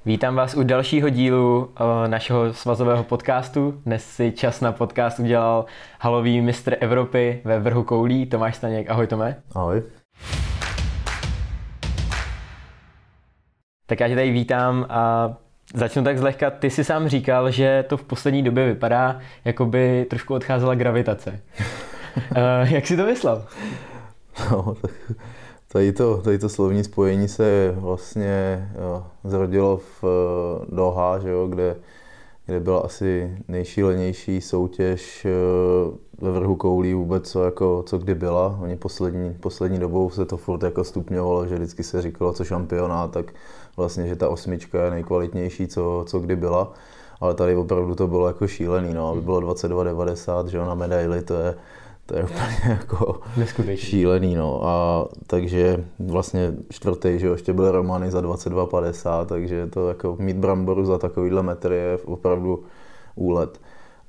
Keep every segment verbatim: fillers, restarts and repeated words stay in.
Vítám vás u dalšího dílu o, našeho svazového podcastu. Dnes si čas na podcast udělal halový mistr Evropy ve vrhu koulí Tomáš Staněk. Ahoj Tome. Ahoj. Tak já tě tady vítám a začnu tak zlehka. Ty jsi sám říkal, že to v poslední době vypadá, jako by trošku odcházela gravitace. uh, jak jsi to myslel? No, tak tady to, tady to slovní spojení se vlastně jo, zrodilo v Doha, že jo, kde, kde byla asi nejšílenější soutěž ve vrhu koulí vůbec, co, jako, co kdy byla. Oni poslední, poslední dobou se to furt jako stupňovalo, že vždycky se říkalo, co šampionát, tak vlastně, že ta osmička je nejkvalitnější, co, co kdy byla. Ale tady opravdu to bylo jako šílený, no, aby bylo dvacet dva devadesát, že jo, na medaili, to je To je úplně jako šílený, no. A takže vlastně čtvrtý, že jo, ještě byly Romany za dvacet dva padesát, takže to jako mít bramboru za takovýhle metr je opravdu úlet.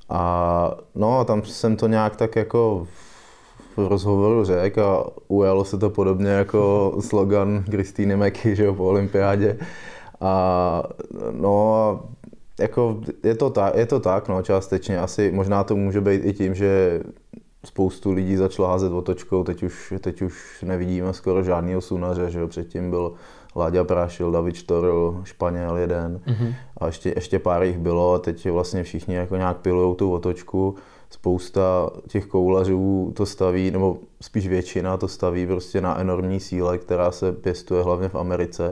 A no a tam jsem to nějak tak jako v rozhovoru řekl a ujalo se to podobně jako slogan Kristýny Meky, že jo, po olympiádě. A no jako je to tak, je to tak, no, částečně. Asi možná to může být i tím, že spoustu lidí začalo házet otočkou, teď už, teď už nevidíme skoro žádnýho sunaře, že jo, předtím byl Láďa Prášil, David Štorl, Španěl jeden mm-hmm. a ještě, ještě pár jich bylo a teď vlastně všichni jako nějak pilujou tu otočku. Spousta těch koulařů to staví, nebo spíš většina to staví prostě na enormní síle, která se pěstuje hlavně v Americe.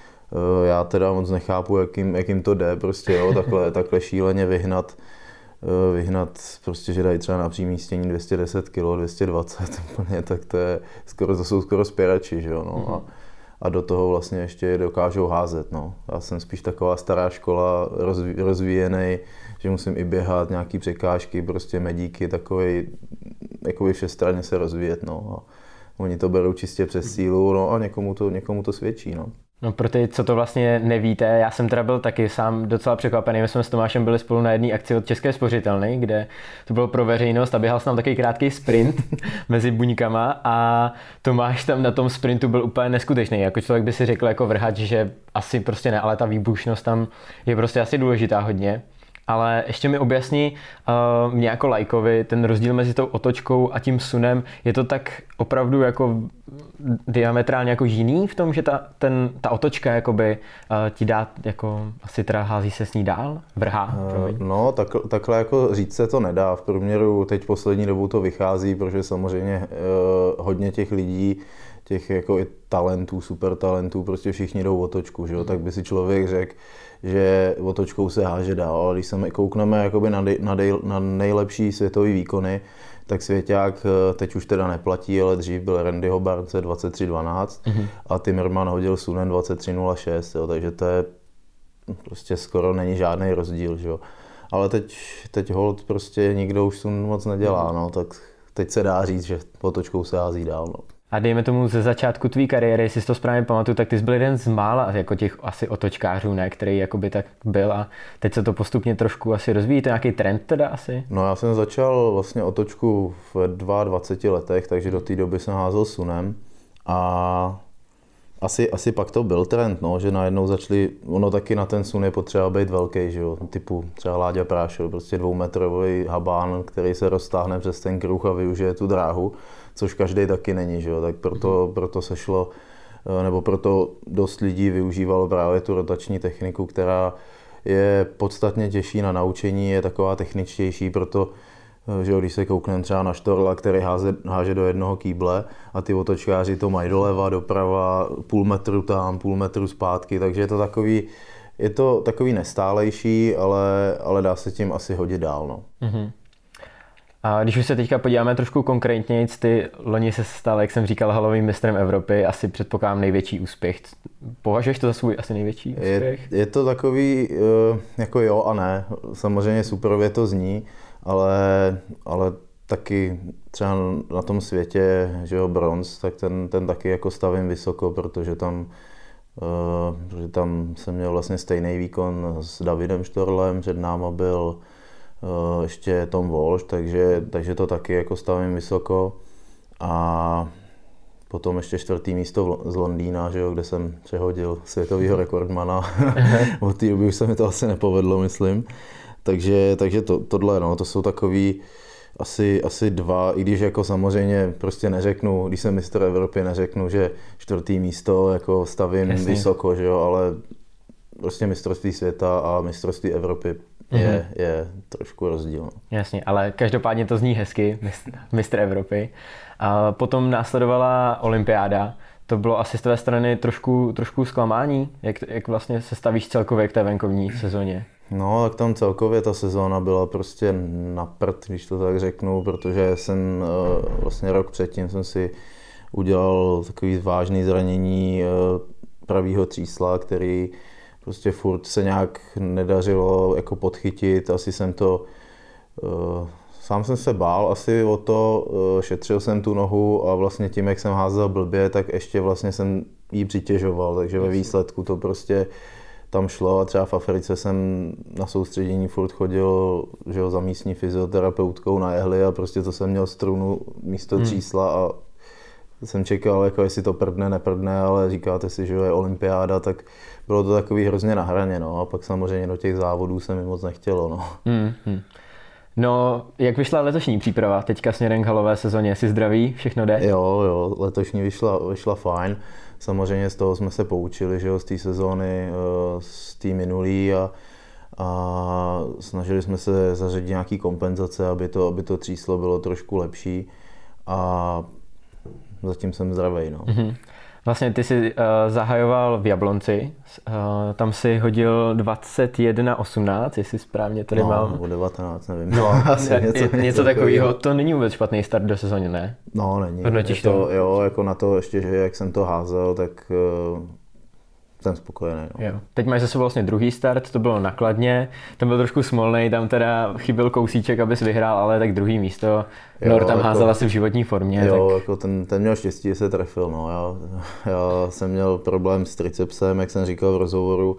Já teda moc nechápu, jakým, jakým to jde, prostě jo, takhle, takhle šíleně vyhnat vyhnat prostě, že dají třeba na přímístění dvě stě deset kilo, dvě stě dvacet úplně, tak to je skoro, to jsou skoro spěrači, že jo, no. Mm-hmm. A, a do toho vlastně ještě je dokážou házet, no. Já jsem spíš taková stará škola, rozví, rozvíjenej, že musím i běhat, nějaký překážky, prostě medíky, takovej, jakoby všestranně se rozvíjet, no. A oni to berou čistě přes sílu, no a někomu to, někomu to svědčí, no. No pro ty, co to vlastně nevíte, já jsem teda byl taky sám docela překvapený. My jsme s Tomášem byli spolu na jedné akci od České spořitelny, kde to bylo pro veřejnost a běhal jsem tam takový krátký sprint mezi buňkama a Tomáš tam na tom sprintu byl úplně neskutečný. Jako člověk by si řekl jako vrhač, že asi prostě ne, ale ta výbušnost tam je prostě asi důležitá hodně. Ale ještě mi objasní uh, mě jako lajkovi ten rozdíl mezi tou otočkou a tím sunem. Je to tak opravdu jako diametrálně jako jiný v tom, že ta, ten, ta otočka jakoby uh, ti dá jako asi teda hází se s ní dál? Vrhá? Uh, no tak, takhle jako říct se to nedá. V průměru teď poslední dobou to vychází, protože samozřejmě uh, hodně těch lidí, těch jako i talentů, super talentů, prostě všichni jdou otočku, že jo? Tak by si člověk řekl, že otočkou se háže dál, ale když se koukneme jakoby na, dej, na, dej, na nejlepší světový výkony, tak svěťák teď už teda neplatí, ale dřív byl Randy Hobart dvacet tři dvanáct mm-hmm. a Timmerman hodil Sunen dvacet tři nula šest, jo, takže to je prostě skoro není žádný rozdíl, že jo. Ale teď, teď hold prostě nikdo už Sun moc nedělá, no, tak teď se dá říct, že otočkou se hází dál, no. A dejme tomu ze začátku tvý kariéry, jestli si to správně pamatuju, tak ty jsi byl jeden z mála jako těch asi otočkářů, ne, který jakoby tak byl a teď se to postupně trošku asi rozvíjí, to je nějaký trend teda asi? No já jsem začal vlastně otočku v dvaceti dvou letech, takže do té doby jsem házel Sunem a asi, asi pak to byl trend, no, že najednou začali, ono taky na ten Sun je potřeba být velký, že jo, typu třeba Láďa Prášil, prostě dvoumetrový habán, který se roztáhne přes ten kruh a využije tu dráhu, což každý taky není, že jo, tak proto, proto se šlo, nebo proto dost lidí využívalo právě tu rotační techniku, která je podstatně těžší na naučení, je taková techničtější, proto že jo, když se koukneme třeba na Štorla, který háze, háže do jednoho kýble a ty otočkáři to mají doleva, doprava, půl metru tam, půl metru zpátky, takže je to takový, je to takový nestálejší, ale, ale dá se tím asi hodit dál, no. Mm-hmm. A když už se teďka podíváme trošku konkrétněji, ty loni se stal, jak jsem říkal, halovým mistrem Evropy, asi předpokládám největší úspěch. Považuješ to za svůj asi největší úspěch? Je, je to takový, jako jo a ne, samozřejmě superově to zní, ale, ale taky třeba na tom světě, že jo, bronz, tak ten, ten taky jako stavím vysoko, protože tam, uh, protože tam jsem měl vlastně stejný výkon s Davidem Štorlem, před náma byl uh, ještě Tom Walsh, takže, takže to taky jako stavím vysoko a potom ještě čtvrtý místo z Londýna, že jo, kde jsem přehodil světovýho rekordmana. Od té doby už se mi to asi nepovedlo, myslím. Takže, takže to, tohle, no, to jsou takový asi, asi dva, i když jako samozřejmě prostě neřeknu, když jsem mistr Evropy, neřeknu, že čtvrtý místo jako stavím Jasně. vysoko, že jo, ale prostě mistrovství světa a mistrovství Evropy je, mm-hmm. je trošku rozdíl. Jasně, ale každopádně to zní hezky, mistr, mistr Evropy. A potom následovala olympiáda. To bylo asi z tvé strany trošku, trošku zklamání? Jak, jak vlastně se stavíš celkově k té venkovní sezóně? No, tak tam celkově ta sezóna byla prostě na prd, když to tak řeknu, protože jsem vlastně rok předtím jsem si udělal takový vážný zranění pravýho třísla, který prostě furt se nějak nedařilo jako podchytit, asi jsem to, sám jsem se bál asi o to, šetřil jsem tu nohu a vlastně tím, jak jsem házel blbě, tak ještě vlastně jsem ji přitěžoval, takže ve výsledku to prostě tam šlo a třeba v Africe jsem na soustředění furt chodil, že jo, za místní fyzioterapeutkou na jehly a prostě to jsem měl strunu místo hmm. třísla a jsem čekal, jako jestli to prdne, neprdne, ale říkáte si, že je olympiáda, tak bylo to takový hrozně na hraně, no a pak samozřejmě do těch závodů se mi moc nechtělo, no. Hmm, hmm. No, jak vyšla letošní příprava teďka směrem k halové sezóně? Jsi zdravý? Všechno jde? Jo, jo, letošní vyšla, vyšla fajn. Samozřejmě z toho jsme se poučili, že jo, z té sezóny, z té minulý a, a snažili jsme se zařadit nějaký kompenzace, aby to, aby to tříslo bylo trošku lepší a zatím jsem zdravej, no. Mm-hmm. Vlastně ty jsi uh, zahajoval v Jablonci, uh, tam si hodil dvacet jedna osmnáct, jestli správně tady no, mám. nebo devatenáct, nevím. No, Asi něco, něco, něco takového, to není vůbec špatný start do sezóny, ne? No, není. Hodnotíš to, to? Jo, jako na to ještě, že jak jsem to házel, tak uh, jsem spokojený. No. Jo. Teď máš zase vlastně druhý start, to bylo na Kladně, ten byl trošku smolnej, tam teda chyběl kousíček, abys vyhrál, ale tak druhý místo. Nor tam jako, házel asi v životní formě. Jo, tak... jako ten, ten měl štěstí, že se trefil. No. Já, já jsem měl problém s tricepsem, jak jsem říkal v rozhovoru,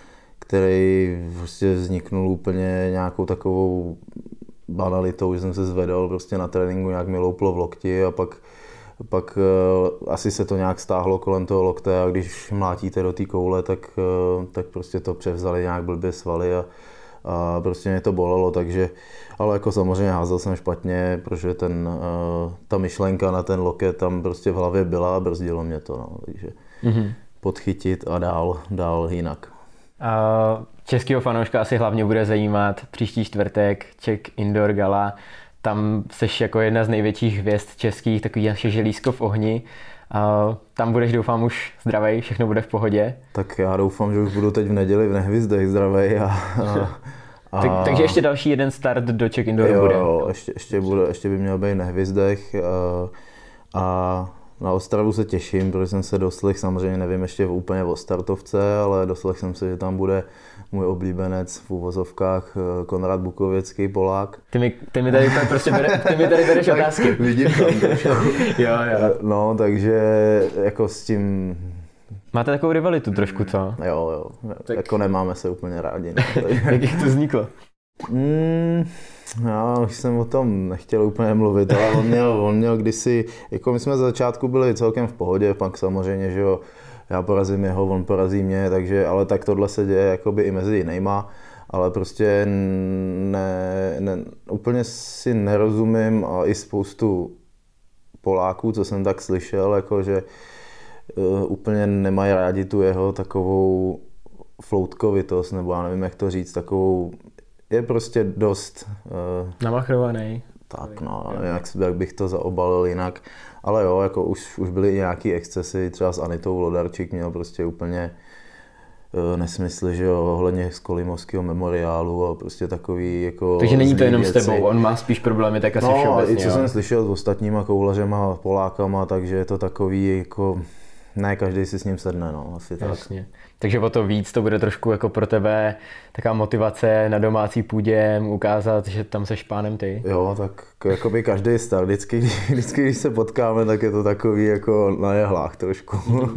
který prostě vzniknul úplně nějakou takovou banalitou, že jsem se zvedal prostě na tréninku, nějak mi louplo v lokti a pak Pak uh, asi se to nějak stáhlo kolem toho lokte a když mlátíte do té koule, tak, uh, tak prostě to převzali nějak blbě svaly a, a prostě mě to bolelo, takže, ale jako samozřejmě házel jsem špatně, protože ten, uh, ta myšlenka na ten loket tam prostě v hlavě byla a brzdilo mě to, no, takže mm-hmm. podchytit a dál, dál jinak. Uh, českého fanouška asi hlavně bude zajímat příští čtvrtek Czech Indoor Gala. Tam seš jako jedna z největších hvězd českých, takový naše želízko v ohni. Uh, tam budeš, doufám, už zdravej, všechno bude v pohodě. Tak já doufám, že už budu teď v neděli v Nehvizdech zdravej. A, a, a... Tak, takže ještě další jeden start do Czech Indoor jo, bude. Jo, ještě, ještě, bude, ještě by měl být Nehvizdech. A, a na Ostravu se těším, protože jsem se doslech, samozřejmě nevím ještě úplně o startovce, ale doslech jsem se, že tam bude můj oblíbenec v úvozovkách Konrad Bukověcký, Polák. Ty mi, ty mi tady prostě bere, ty mi tady bereš otázky. Vidím tam. jo, jo. No, takže jako s tím... Máte takovou rivalitu trošku, co? Jo, jo. Tak... Jako nemáme se úplně rádi. Jak to vzniklo? Mm, já už jsem o tom nechtěl úplně mluvit, ale on měl, on měl kdysi, jako my jsme za začátku byli celkem v pohodě, pak samozřejmě, že jo, já porazím jeho, on porazí mě, takže, ale tak tohle se děje jakoby i mezi jinýma, ale prostě ne, ne, úplně si nerozumím a i spoustu Poláků, co jsem tak slyšel, jako že uh, úplně nemají rádi tu jeho takovou floutkovitost, nebo já nevím, jak to říct, takovou, je prostě dost... Uh, namachrovaný. Tak no, nevím, jak, jak bych to zaobalil jinak. Ale jo, jako už, už byly nějaký excesy, třeba s Anitou Lodarčík měl prostě úplně uh, nesmysly, že jo, ohledně Skolimovského memoriálu a prostě takový jako... Takže není to jenom věci. S tebou, on má spíš problémy tak asi no, všeobecně. No, i co jo. jsem slyšel s ostatníma koulařema, Polákama, takže je to takový jako... Ne, každý si s ním sedne, no, asi tak. Jasně. Takže o to víc to bude trošku jako pro tebe taková motivace na domácí půdě ukázat, že tam seš pánem ty. Jo, tak jakoby každý start, vždycky, vždycky, když se potkáme, tak je to takový jako na jehlách trošku.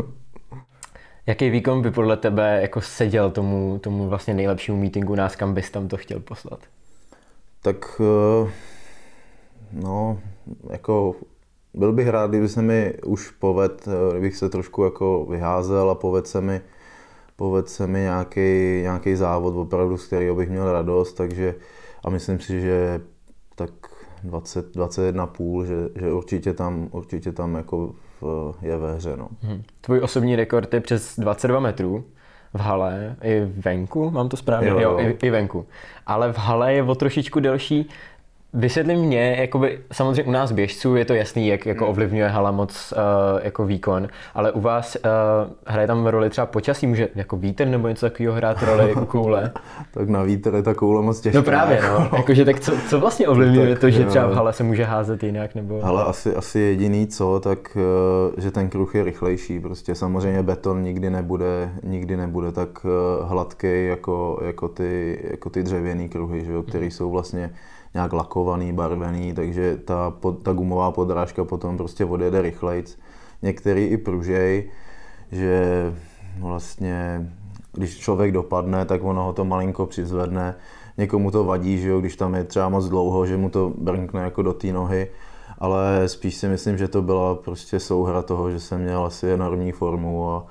Jaký výkon by podle tebe jako seděl tomu, tomu vlastně nejlepšímu meetingu nás, kam bys tam to chtěl poslat? Tak, no, jako byl bych rád, kdyby se mi už povedl, kdybych se trošku jako vyházel a povedl se mi, povedl se mi nějaký, nějaký závod opravdu, z kterého bych měl radost, takže a myslím si, že tak dvacet, dvacet jedna půl, že, že určitě tam, určitě tam jako v, je ve hře. No. Hmm. Tvůj osobní rekord je přes dvacet dva metrů v hale, i venku, mám to správně? Jo, jo. jo i, i venku. Ale v hale je o trošičku delší. Vysvětli mě, jakoby, samozřejmě u nás běžců je to jasný, jak jako ovlivňuje hala moc uh, jako výkon, ale u vás uh, hraje tam roli třeba počasí, může jako vítr nebo něco takového hrát roli u koule? Tak na vítr je ta koule moc těžká. No právě, no. Jakože, tak co, co vlastně ovlivňuje tak, to, že třeba v jo. hale se může házet jinak? Nebo... Ale asi, asi jediný co, tak že ten kruh je rychlejší. Prostě samozřejmě beton nikdy nebude, nikdy nebude tak hladký jako, jako, ty, jako ty dřevěný kruhy, že jo, který jsou vlastně nějak lakovaný, barvený, takže ta, ta gumová podrážka potom prostě odjede rychlejc. Některý i pružej, že vlastně když člověk dopadne, tak ono ho to malinko přizvedne. Někomu to vadí, že jo, když tam je třeba moc dlouho, že mu to brnkne jako do té nohy, ale spíš si myslím, že to byla prostě souhra toho, že jsem měl asi enormní formu a,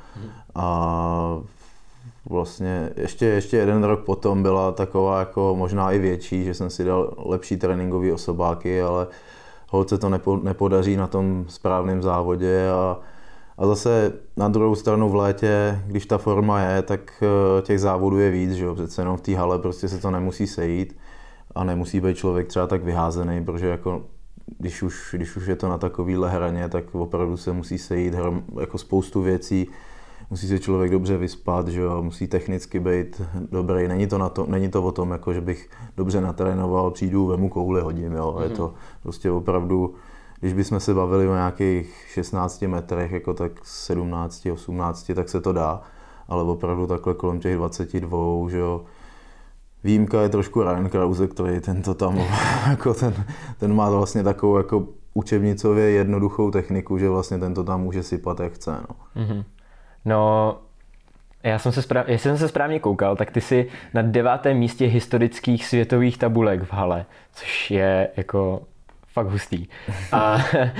a vlastně ještě, ještě jeden rok potom byla taková jako možná i větší, že jsem si dal lepší tréninkový osobáky, ale holce to nepo, nepodaří na tom správném závodě a, a zase na druhou stranu v létě, když ta forma je, tak těch závodů je víc, že jo, přece jenom v té hale prostě se to nemusí sejít a nemusí být člověk třeba tak vyházený, protože jako když už, když už je to na takovýhle hraně, tak opravdu se musí sejít hrom, jako spoustu věcí. Musí se člověk dobře vyspat, že jo, musí technicky být dobrý. Není to, na to, není to o tom, jako, že bych dobře natrénoval, přijdu, vemu kouli, hodím. Jo. Mm-hmm. Je to prostě opravdu, když bychom se bavili o nějakých šestnácti metrech, jako tak sedmnácti, osmnácti, tak se to dá. Ale opravdu takhle kolem těch dvaceti dvou, že jo. Výjimka je trošku Ryan Krause, který tento tam, jako ten, ten má vlastně takovou jako učebnicově jednoduchou techniku, že vlastně tento tam může sypat, jak chce. No. Mm-hmm. No, já jsem se správ... jestli jsem se správně koukal, tak ty jsi na devátém místě historických světových tabulek v hale, což je jako fakt hustý. A, a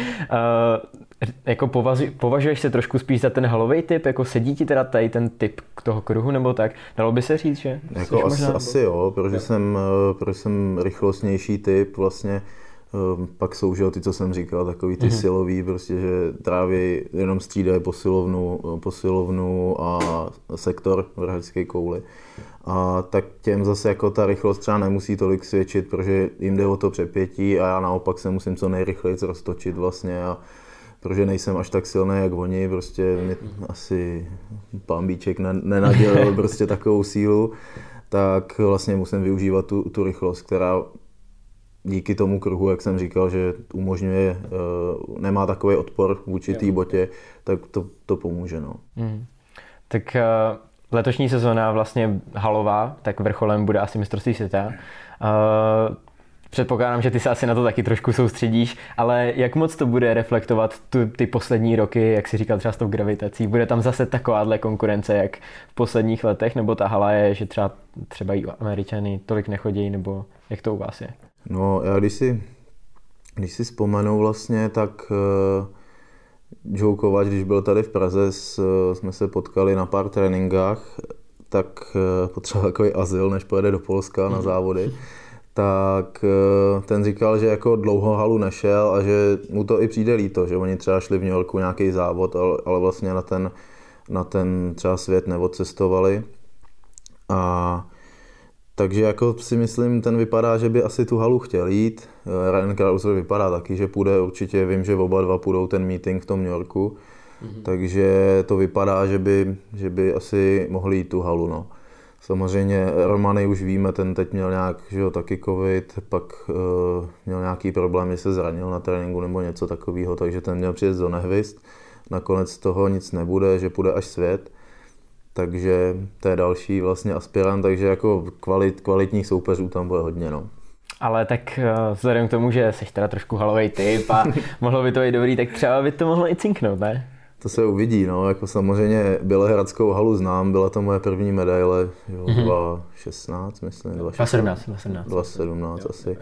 jako považuj, považuješ se trošku spíš za ten halový typ, jako sedí ti teda tady ten typ k toho kruhu nebo tak? Dalo by se říct, že? Jako asi, asi jo, protože, jo. Jsem, protože jsem rychlostnější typ vlastně. Pak jsou, že ty, co jsem říkal, takový ty mm-hmm. silový, prostě, že tráví jenom střídají posilovnu, posilovnu a sektor vrhačské kouli. A tak těm zase jako ta rychlost třeba nemusí tolik svědčit, protože jim jde o to přepětí a já naopak se musím co nejrychleji roztočit vlastně. A protože nejsem až tak silný, jak oni, prostě mě asi pán Bíček nenadělal prostě takovou sílu, tak vlastně musím využívat tu, tu rychlost, která díky tomu kruhu, jak jsem říkal, že umožňuje, nemá takový odpor vůči té botě, tak to, to pomůže. No. Hmm. Tak uh, letošní sezóna vlastně halová, tak vrcholem bude asi mistrovství světa. Uh, předpokládám, že ty se asi na to taky trošku soustředíš, ale jak moc to bude reflektovat tu, ty poslední roky, jak jsi říkal třeba s tou gravitací? Bude tam zase takováhle konkurence, jak v posledních letech, nebo ta hala je, že třeba, třeba i Američany tolik nechodí, nebo jak to u vás je? No, já když si, když si vzpomenu vlastně, tak uh, Joe Kovač, když byl tady v Praze, s, jsme se potkali na pár tréninkách, tak uh, potřeboval takový azyl, než pojede do Polska na závody. Tak uh, ten říkal, že jako dlouho halu nešel a že mu to i přijde líto, že oni třeba šli v New Yorku nějaký závod, ale, ale vlastně na ten, na ten třeba svět neodcestovali. A takže jako si myslím, ten vypadá, že by asi tu halu chtěl jít. Ryan Krause vypadá taky, že půjde určitě, vím, že oba dva půjdou ten meeting v tom New Yorku, mm-hmm. takže to vypadá, že by, že by asi mohli jít tu halu. No. Samozřejmě Romany už víme, ten teď měl nějak, že jo, taky covid, pak uh, měl nějaký problém, že se zranil na tréninku nebo něco takového, takže ten měl přijet do Nehvězd. Nakonec toho nic nebude, že půjde až svět. Takže to je další vlastně aspirant, takže jako kvalit, kvalitních soupeřů tam bude hodně. No. Ale tak vzhledem k tomu, že jsi teda trošku halovej typ a mohlo by to být dobrý, tak třeba by to mohlo i cinknout, ne? To se uvidí, no, jako samozřejmě Bělehradskou halu znám, byla to moje první medaile, jo, mm-hmm. dva tisíce šestnáct, myslím, dva tisíce sedmnáct, dva tisíce sedmnáct, dva tisíce sedmnáct asi.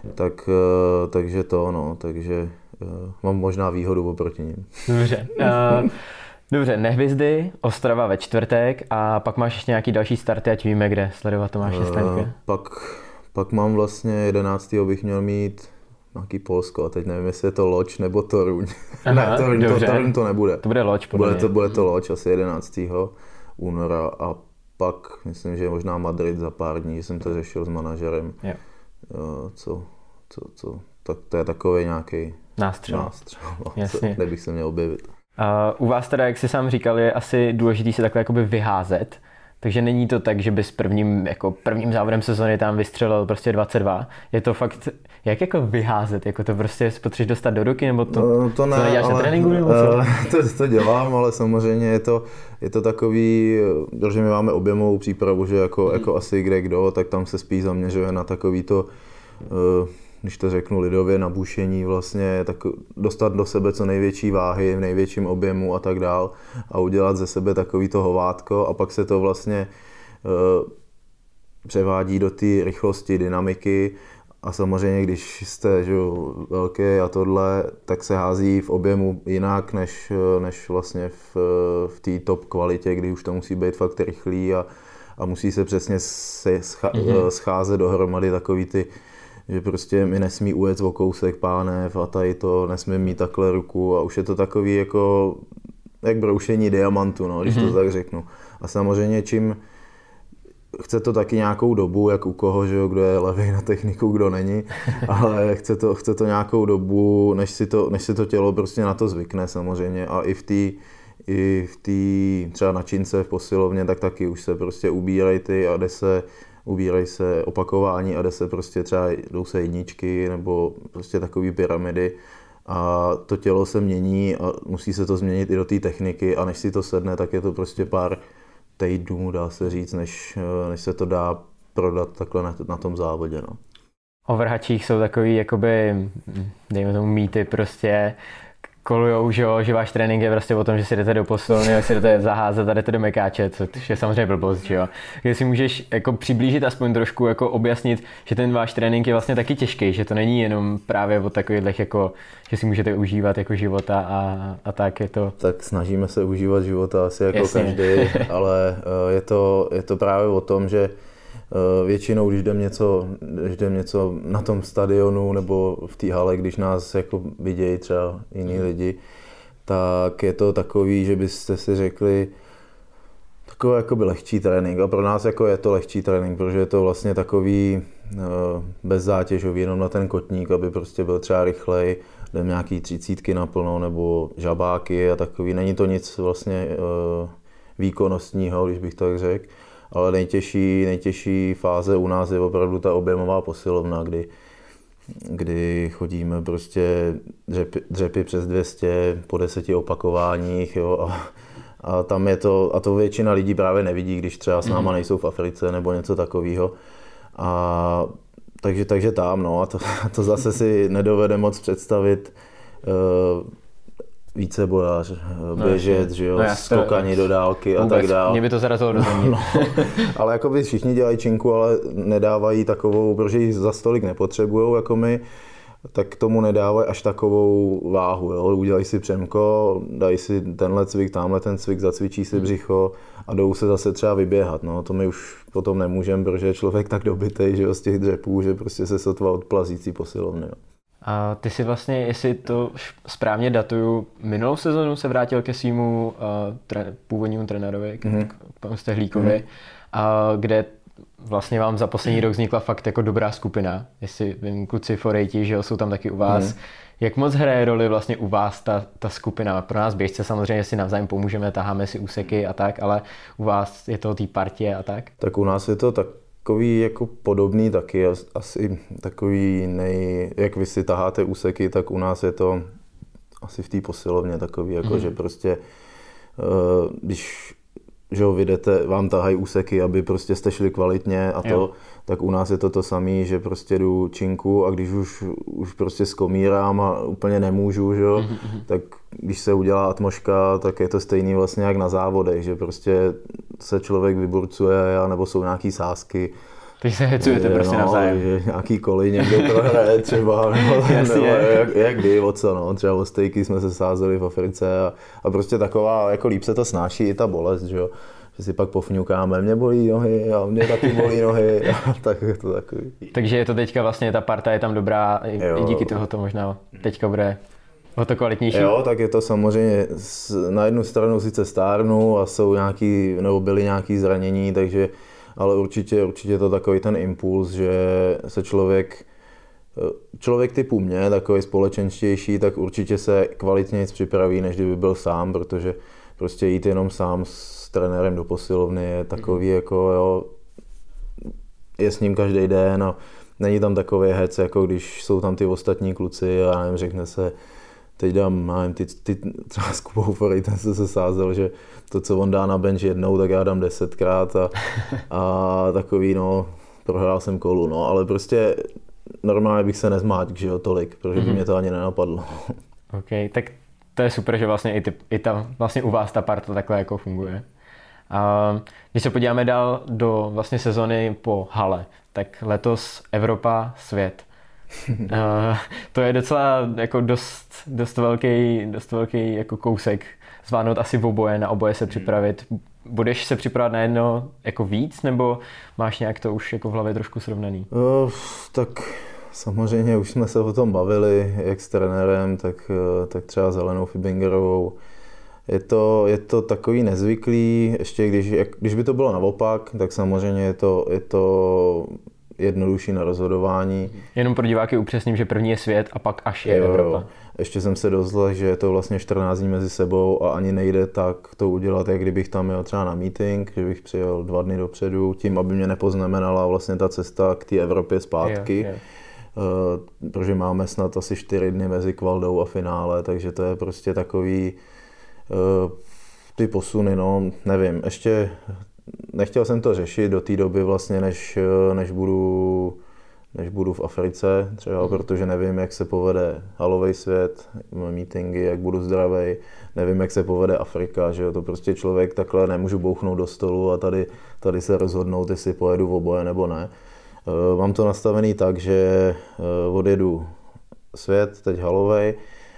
Tak, takže to, no, takže mám možná výhodu oproti nim. Dobře. Uh, dobře, Nehvězdy, Ostrava ve čtvrtek a pak máš ještě nějaký další starty, ať víme, kde sledovat Tomáše Staňka. Uh, pak, pak mám vlastně jedenáctého bych měl mít nějaký Polsko a teď nevím, jestli je to Loč nebo Toruň. Aha, ne, Toruň to, Toruň to nebude. To bude Loč, podle bude mě. to, bude to Loč asi jedenáctého února a pak myslím, že možná Madrid za pár dní, že jsem to řešil s manažerem. Jo. Uh, co, co, co, tak to je takový nějaký nástřel, nástřel no, Jasně. kde bych se měl objevit. Uh, u vás teda, jak jsi sám říkal, je asi důležitý se takhle jakoby vyházet, takže není to tak, že bys prvním, jako prvním závodem sezony tam vystřelil prostě dvacet dva. Je to fakt, jak jako vyházet, jako to prostě potřebuješ dostat do ruky, nebo to, no, to, ne, to neděláš ale, na tréninku, nebo co? Uh, to, to dělám, ale samozřejmě je to, je to takový, protože my máme objemovou přípravu, že jako, hmm. jako asi kde kdo, tak tam se spíš zaměřuje na takový to, uh, když to řeknu lidově, nabušení vlastně, tak dostat do sebe co největší váhy v největším objemu a tak dál a udělat ze sebe takový to hovátko a pak se to vlastně uh, převádí do té rychlosti, dynamiky a samozřejmě, když jste že, velký a tohle, tak se hází v objemu jinak, než, než vlastně v, v té top kvalitě, kdy už to musí být fakt rychlý a, a musí se přesně se scha- mm-hmm. scházet dohromady takový ty, že prostě mi nesmí ujet o kousek pánev a tady to, nesmí mít takhle ruku a už je to takový jako jak broušení diamantu, no, když mm-hmm. to tak řeknu. A samozřejmě čím chce to taky nějakou dobu, jak u koho, že jo, kdo je levý na techniku, kdo není, ale chce to, chce to nějakou dobu, než si to, než si to tělo prostě na to zvykne samozřejmě a i v té i v té třeba na čince v posilovně, tak taky už se prostě ubírají ty a jde se ubírají se opakování a jde se prostě třeba jdou se jedničky nebo prostě takový pyramidy a to tělo se mění a musí se to změnit i do té techniky a než si to sedne, tak je to prostě pár týdnů, dá se říct, než, než se to dá prodat takhle na, na tom závodě. No. O vrhačích jsou takový, jakoby, dejme tomu mýty prostě, kolujou, že, jo, že váš trénink je prostě o tom, že si jdete do posilovny, si jdete zaházet a jdete do mekáče, což je samozřejmě blbost, že jo. Jestli můžeš jako přiblížit aspoň trošku, jako objasnit, že ten váš trénink je vlastně taky těžký, že to není jenom právě o takových, jako, že si můžete užívat jako života a, a tak je to. Tak snažíme se užívat života asi jako Jasně. každý, ale je to, je to právě o tom, že většinou, když jdem něco, když jdem něco na tom stadionu nebo v té hale, když nás jako vidějí třeba jiní lidi, tak je to takový, že byste si řekli takový jakoby lehčí trénink. A pro nás jako je to lehčí trénink, protože je to vlastně takový bezzátěžový, jenom na ten kotník, aby prostě byl třeba rychlej, jdem nějaký třicítky naplno nebo žabáky a takový. Není to nic vlastně výkonnostního, když bych tak řekl. Ale nejtěžší, nejtěžší fáze u nás je opravdu ta objemová posilovna, kdy, kdy chodíme prostě dřepy, dřepy přes dvě stě po deseti opakováních, jo, a, a tam je to, a to většina lidí právě nevidí, když třeba s náma nejsou v Africe nebo něco takového. A takže, takže tam, no, a to, to zase si nedovede moc představit uh, vícebojář, běžet, no, že jo, no, skokání do dálky a tak dále. Mě by to zarazilo do zemí. No, ale jako by všichni dělají činku, ale nedávají takovou, protože ji za stolik nepotřebujou jako my, tak tomu nedávají až takovou váhu. Jo. Udělají si přemko, dají si tenhle cvik, tamhle ten cvik, zacvičí si břicho a jdou se zase třeba vyběhat. No. To my už potom nemůžeme, protože je člověk tak dobitej, že jo, z těch dřepů, že prostě se sotva odplazící posilovny. Jo. A ty si vlastně, jestli to správně datuju, minulou sezonu se vrátil ke svýmu uh, tre- původnímu trenérovi, mm-hmm. k panu Stehlíkovi, mm-hmm. a kde vlastně vám za poslední rok vznikla fakt jako dobrá skupina. Jestli vím, kluci Forejti, že jo, jsou tam taky u vás. Mm-hmm. Jak moc hraje roli vlastně u vás ta, ta skupina? Pro nás běžce samozřejmě si navzájem pomůžeme, taháme si úseky a tak, ale u vás je to té partie a tak? Tak u nás je to tak. Takový jako podobný taky, asi takový nej, jak vy si taháte úseky, tak u nás je to asi v té posilovně takový, jako mm. že prostě, když že ho vydete, vám tahají úseky, aby prostě jste šli kvalitně a to, jo. tak u nás je to to samé, že prostě jdu činku a když už, už prostě skomírám a úplně nemůžu, že jo, mm-hmm. tak když se udělá atmoška, tak je to stejný vlastně jak na závodech, že prostě se člověk vyburcuje, nebo jsou nějaký sázky, Takže se hecujete je, prostě no, navzájem. Že nějaký koli někdo prohraje třeba, nebo, nebo jak, jak kdy, o co, no. Třeba o stejky jsme se sázeli v Africe a, a prostě taková, jako líp se to snáší i ta bolest, že jo. Že si pak pofňukáme, mě bolí nohy a mě taky bolí nohy, a tak je to takový. Takže je to teďka vlastně, ta parta je tam dobrá, i, i díky toho to možná teďka bude o to kvalitnější. Jo, tak je to samozřejmě, na jednu stranu sice stárnu a jsou nějaký, nebo byly nějaký zranění, takže, ale určitě, určitě to takový ten impuls, že se člověk, člověk typu mě, takový společenštější, tak určitě se kvalitněji připraví, než kdyby byl sám, protože prostě jít jenom sám s trenérem do posilovny je takový mm. jako jo, je s ním každý den a není tam takový hec, jako když jsou tam ty ostatní kluci a nevím, řekne se, teď dám, nevím, ty, ty třeba s Kubou Forej, ten se se sázel, že to, co on dá na bench jednou, tak já dám desetkrát a, a takový, no, prohrál jsem kolu, no, ale prostě normálně bych se nezmáčk, že jo, tolik, protože by mě to ani nenapadlo. OK, tak to je super, že vlastně i, ty, i ta, vlastně u vás ta parta takhle jako funguje. A když se podíváme dál do vlastně sezony po hale, tak letos Evropa, svět. uh, to je docela jako dost, dost velký, dost velký jako kousek zvládnout asi v oboje, na oboje se připravit. Budeš se připravovat na jedno jako víc, nebo máš nějak to už jako v hlavě trošku srovnaný? Uh, tak samozřejmě už jsme se o tom bavili, jak s trenérem, tak, tak třeba s Helenou Fibingerovou. Je to, je to takový nezvyklý, ještě když, jak, když by to bylo naopak, tak samozřejmě je to, je to jednodušší na rozhodování. Jenom pro diváky upřesním, že první je svět a pak až je jo, Evropa. Ještě jsem se dozvěděl, že je to vlastně čtrnáct dní mezi sebou a ani nejde tak to udělat, jak kdybych tam jel třeba na meeting, že bych přijel dva dny dopředu, tím, aby mě nepoznamenala vlastně ta cesta k té Evropě zpátky. Jo, jo. Uh, protože máme snad asi čtyři dny mezi kvaldou a finále, takže to je prostě takový uh, ty posuny, no, nevím, ještě nechtěl jsem to řešit do té doby vlastně, než, než, budu, než budu v Africe, třeba, protože nevím, jak se povede halový svět, meetingy, jak budu zdravej, nevím, jak se povede Afrika, že jo, to prostě člověk takhle nemůžu bouchnout do stolu a tady, tady se rozhodnout, jestli pojedu v oboje nebo ne. Mám to nastavený tak, že odjedu svět, teď halovej,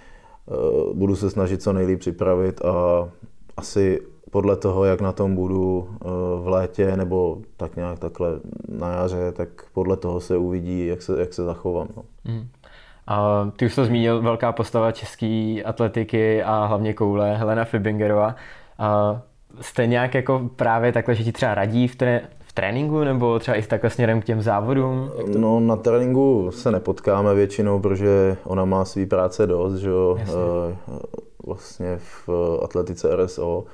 budu se snažit co nejlíp připravit a asi podle toho, jak na tom budu v létě nebo tak nějak takhle na jaře, tak podle toho se uvidí, jak se, jak se zachovám. No. Mm. A ty už to zmínil, velká postava české atletiky a hlavně koule, Helena Fibingerová. A jste nějak jako právě takhle, že ti třeba radí v, tré, v tréninku nebo třeba i takhle směrem k těm závodům? To... No na tréninku se nepotkáme většinou, protože ona má svý práce dost, že jo, vlastně v atletice R S O.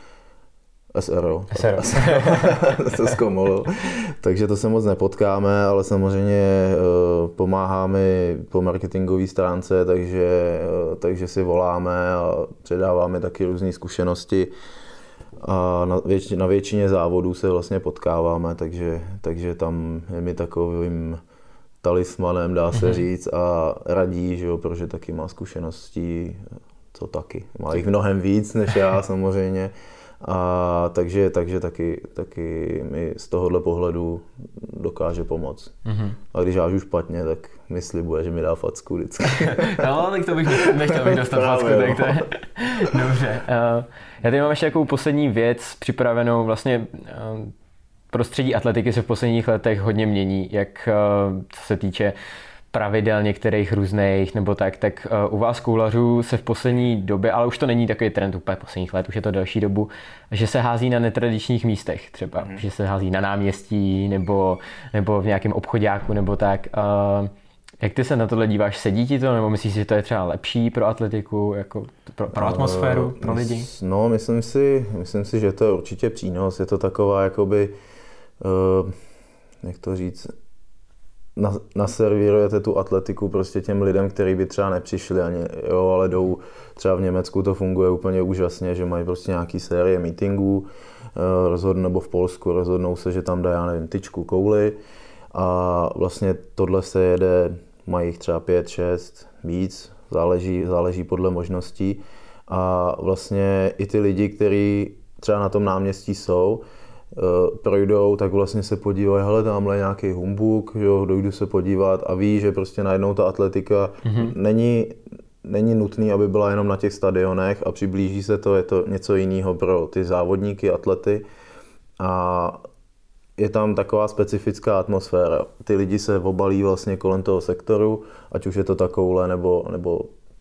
S R O. S R O. to zkomolil. Takže to se moc nepotkáme, ale samozřejmě pomáhá mi po marketingové stránce, takže, takže si voláme a předáváme taky různé zkušenosti. A na, věč, na většině závodů se vlastně potkáváme, takže, takže tam je mi takovým talismanem, dá se říct, a radí, že jo, protože taky má zkušeností, co taky. Má jich mnohem víc než já samozřejmě. A takže, takže taky, taky mi z tohohle pohledu dokáže pomoct. Mm-hmm. A když já žiju špatně, tak mi slibuje, že mi dá facku vždycky. No, tak to bych nechtěl bych dostat facku, tak to je dobře. Uh, já tady mám ještě takovou poslední věc připravenou. Vlastně uh, prostředí atletiky se v posledních letech hodně mění, jak uh, co se týče pravidel některých různých nebo tak, tak uh, u vás koulařů se v poslední době, ale už to není takový trend úplně posledních let, už je to delší dobu, že se hází na netradičních místech třeba, mm. že se hází na náměstí nebo, nebo v nějakém obchoďáku nebo tak. Uh, jak ty se na tohle díváš, sedí ti to, nebo myslíš, že to je třeba lepší pro atletiku, jako pro, pro atmosféru, pro lidi? No, myslím si, myslím si, že to je určitě přínos, je to taková jakoby, uh, jak to říct, Na, naservírujete tu atletiku prostě těm lidem, kteří by třeba nepřišli ani, jo, ale jdou, třeba v Německu to funguje úplně úžasně, že mají prostě nějaký série meetingů, rozhodnou, nebo v Polsku rozhodnou se, že tam dají, já nevím, tyčku, kouli a vlastně tohle se jede, mají jich třeba pět, šest, víc, záleží, záleží podle možností a vlastně i ty lidi, kteří třeba na tom náměstí jsou, projdou, tak vlastně se podívají, hele, tamhle nějaký humbuk, jo, dojdu se podívat a ví, že prostě najednou ta atletika mm-hmm. není, není nutný, aby byla jenom na těch stadionech a přiblíží se to, je to něco jiného pro ty závodníky, atlety a je tam taková specifická atmosféra. Ty lidi se obalí vlastně kolem toho sektoru, ať už je to ta koule nebo, nebo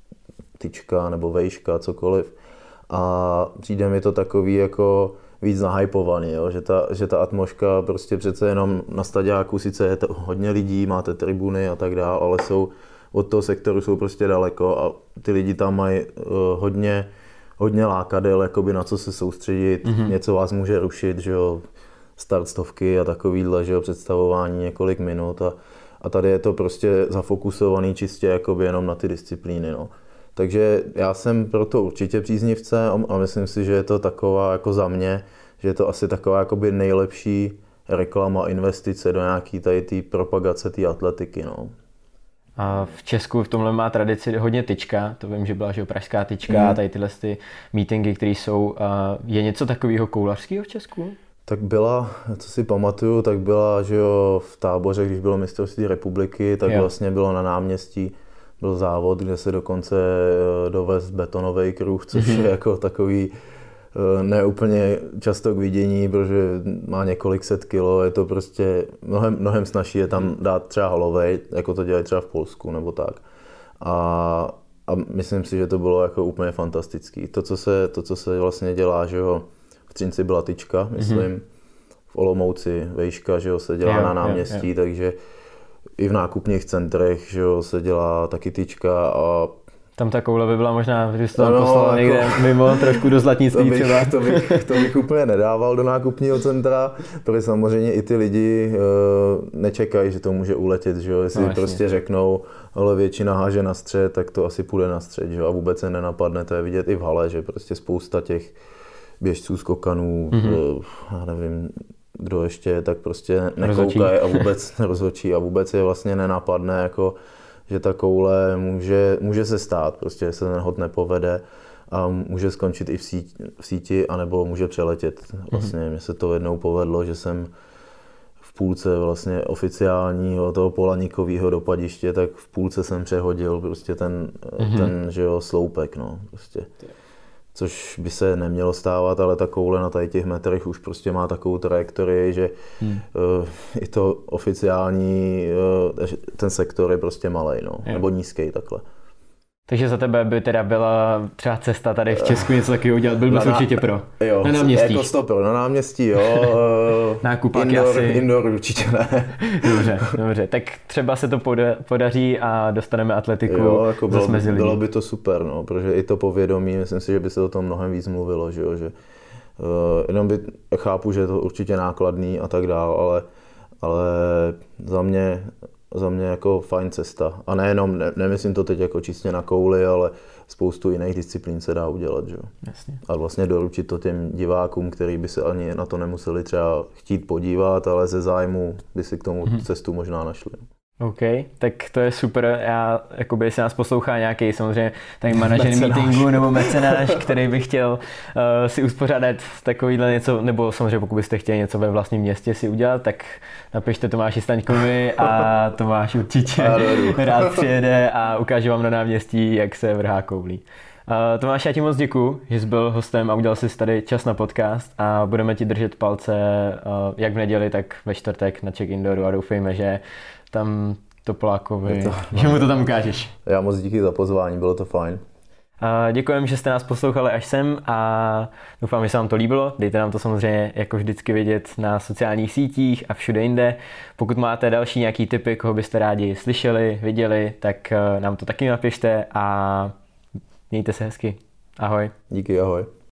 tyčka nebo vejška, cokoliv. A přijde mi to takový jako víc nahypovaný, jo? Že, ta, že ta atmosféra prostě přece jenom na stadiáku, sice je to hodně lidí, máte tribuny a tak dále, ale jsou, od toho sektoru jsou prostě daleko a ty lidi tam mají uh, hodně, hodně lákadel, jakoby na co se soustředit, mm-hmm. něco vás může rušit, že jo? Start stovky a takovýhle, že jo? Představování několik minut a, a tady je to prostě zafokusovaný čistě jakoby jenom na ty disciplíny, no. Takže já jsem proto určitě příznivce a myslím si, že je to taková jako za mě, že je to asi taková jakoby nejlepší reklama, investice do nějaký tady té propagace té atletiky. No. A v Česku v tomhle má tradici hodně tyčka, to vím, že byla že pražská tyčka mm. a tady tyhle ty meetingy, které jsou. Je něco takového koulařského v Česku? Tak byla, co si pamatuju, tak byla, že jo, v Táboře, když bylo mistrovství republiky, tak jo. vlastně bylo na náměstí. Byl závod, kde se dokonce dovez betonový kruh, což mm-hmm. je jako takový neúplně často k vidění, protože má několik set kilo, je to prostě mnohem, mnohem snazší je tam dát třeba halovej, jako to dělají třeba v Polsku nebo tak. A, a myslím si, že to bylo jako úplně fantastický. To, co se, to, co se vlastně dělá, že jo, v Třinci byla tyčka, myslím, mm-hmm. v Olomouci vejška, že jo, se dělá jo, na náměstí, jo, jo. takže i v nákupních centrech, že jo, se dělá taky tyčka a... Tam ta koule by byla možná, když jsi to no, poslal jako, někde mimo, trošku do Zlatnictví to třeba. To bych, to bych úplně nedával do nákupního centra, protože samozřejmě i ty lidi uh, nečekají, že to může uletět, že jo, jestli no, prostě řeknou, ale většina háže na střed, tak to asi půjde na střed, že jo, a vůbec se nenapadne, to je vidět i v hale, že prostě spousta těch běžců, skokanů, mm-hmm. uh, já nevím, kdo ještě, tak prostě nekoukají a vůbec nerozhočí a vůbec je vlastně nenapadne, jako, že ta koule může, může se stát, prostě se ten hod nepovede a může skončit i v síti, v síti anebo může přeletět. Vlastně mm-hmm. mně se to jednou povedlo, že jsem v půlce vlastně oficiálního toho polaníkového dopadiště, tak v půlce jsem přehodil prostě ten, mm-hmm. ten že jo, sloupek, no, prostě. Což by se nemělo stávat, ale ta koule na tady těch metrech už prostě má takovou trajektorii, že hmm. uh, i to oficiální, uh, ten sektor je prostě malej, no, nebo nízkej takhle. Takže za tebe by teda byla třeba cesta tady v Česku něco takového udělat, byl bys určitě pro. Jo, na náměstí. Jako stopro, na náměstí, jo. Nákupaky indoor, asi. Indoor určitě ne. Dobře, dobře, tak třeba se to poda- podaří a dostaneme atletiku jo, jako bylo, mezi lidi. Bylo by to super, no, protože i to povědomí, myslím si, že by se o tom mnohem víc mluvilo, že jo, že uh, jenom by, chápu, že je to určitě nákladný a tak dál, ale, ale za mě za mě jako fajn cesta. A nejenom, ne, nemyslím to teď jako čistě na kouli, ale spoustu jiných disciplín se dá udělat. Že? Jasně. A vlastně doručit to těm divákům, kteří by se ani na to nemuseli třeba chtít podívat, ale ze zájmu by si k tomu hmm. cestu možná našli. OK, tak to je super. Já, jakoby, jestli nás poslouchá nějaký samozřejmě tady manažer meetingu nebo mecenáš, který by chtěl uh, si uspořádat takovýhle něco, nebo samozřejmě pokud byste chtěli něco ve vlastním městě si udělat, tak napište Tomáši Staňkovi a Tomáš určitě rád přijede a ukáže vám na náměstí, jak se vrhá koulí. Uh, Tomáš, já ti moc děkuju, že jsi byl hostem a udělal jsi tady čas na podcast a budeme ti držet palce uh, jak v neděli, tak ve čtvrtek na Czech Indooru a doufejme, že tam Topolákovi, to, že mu to tam ukážeš. Já moc díky za pozvání, bylo to fajn. Uh, děkujeme, že jste nás poslouchali až sem a doufám, že se vám to líbilo. Dejte nám to samozřejmě jako vždycky vědět na sociálních sítích a všude jinde. Pokud máte další nějaký tipy, koho byste rádi slyšeli, viděli, tak uh, nám to taky napište a mějte se hezky. Ahoj. Díky, ahoj.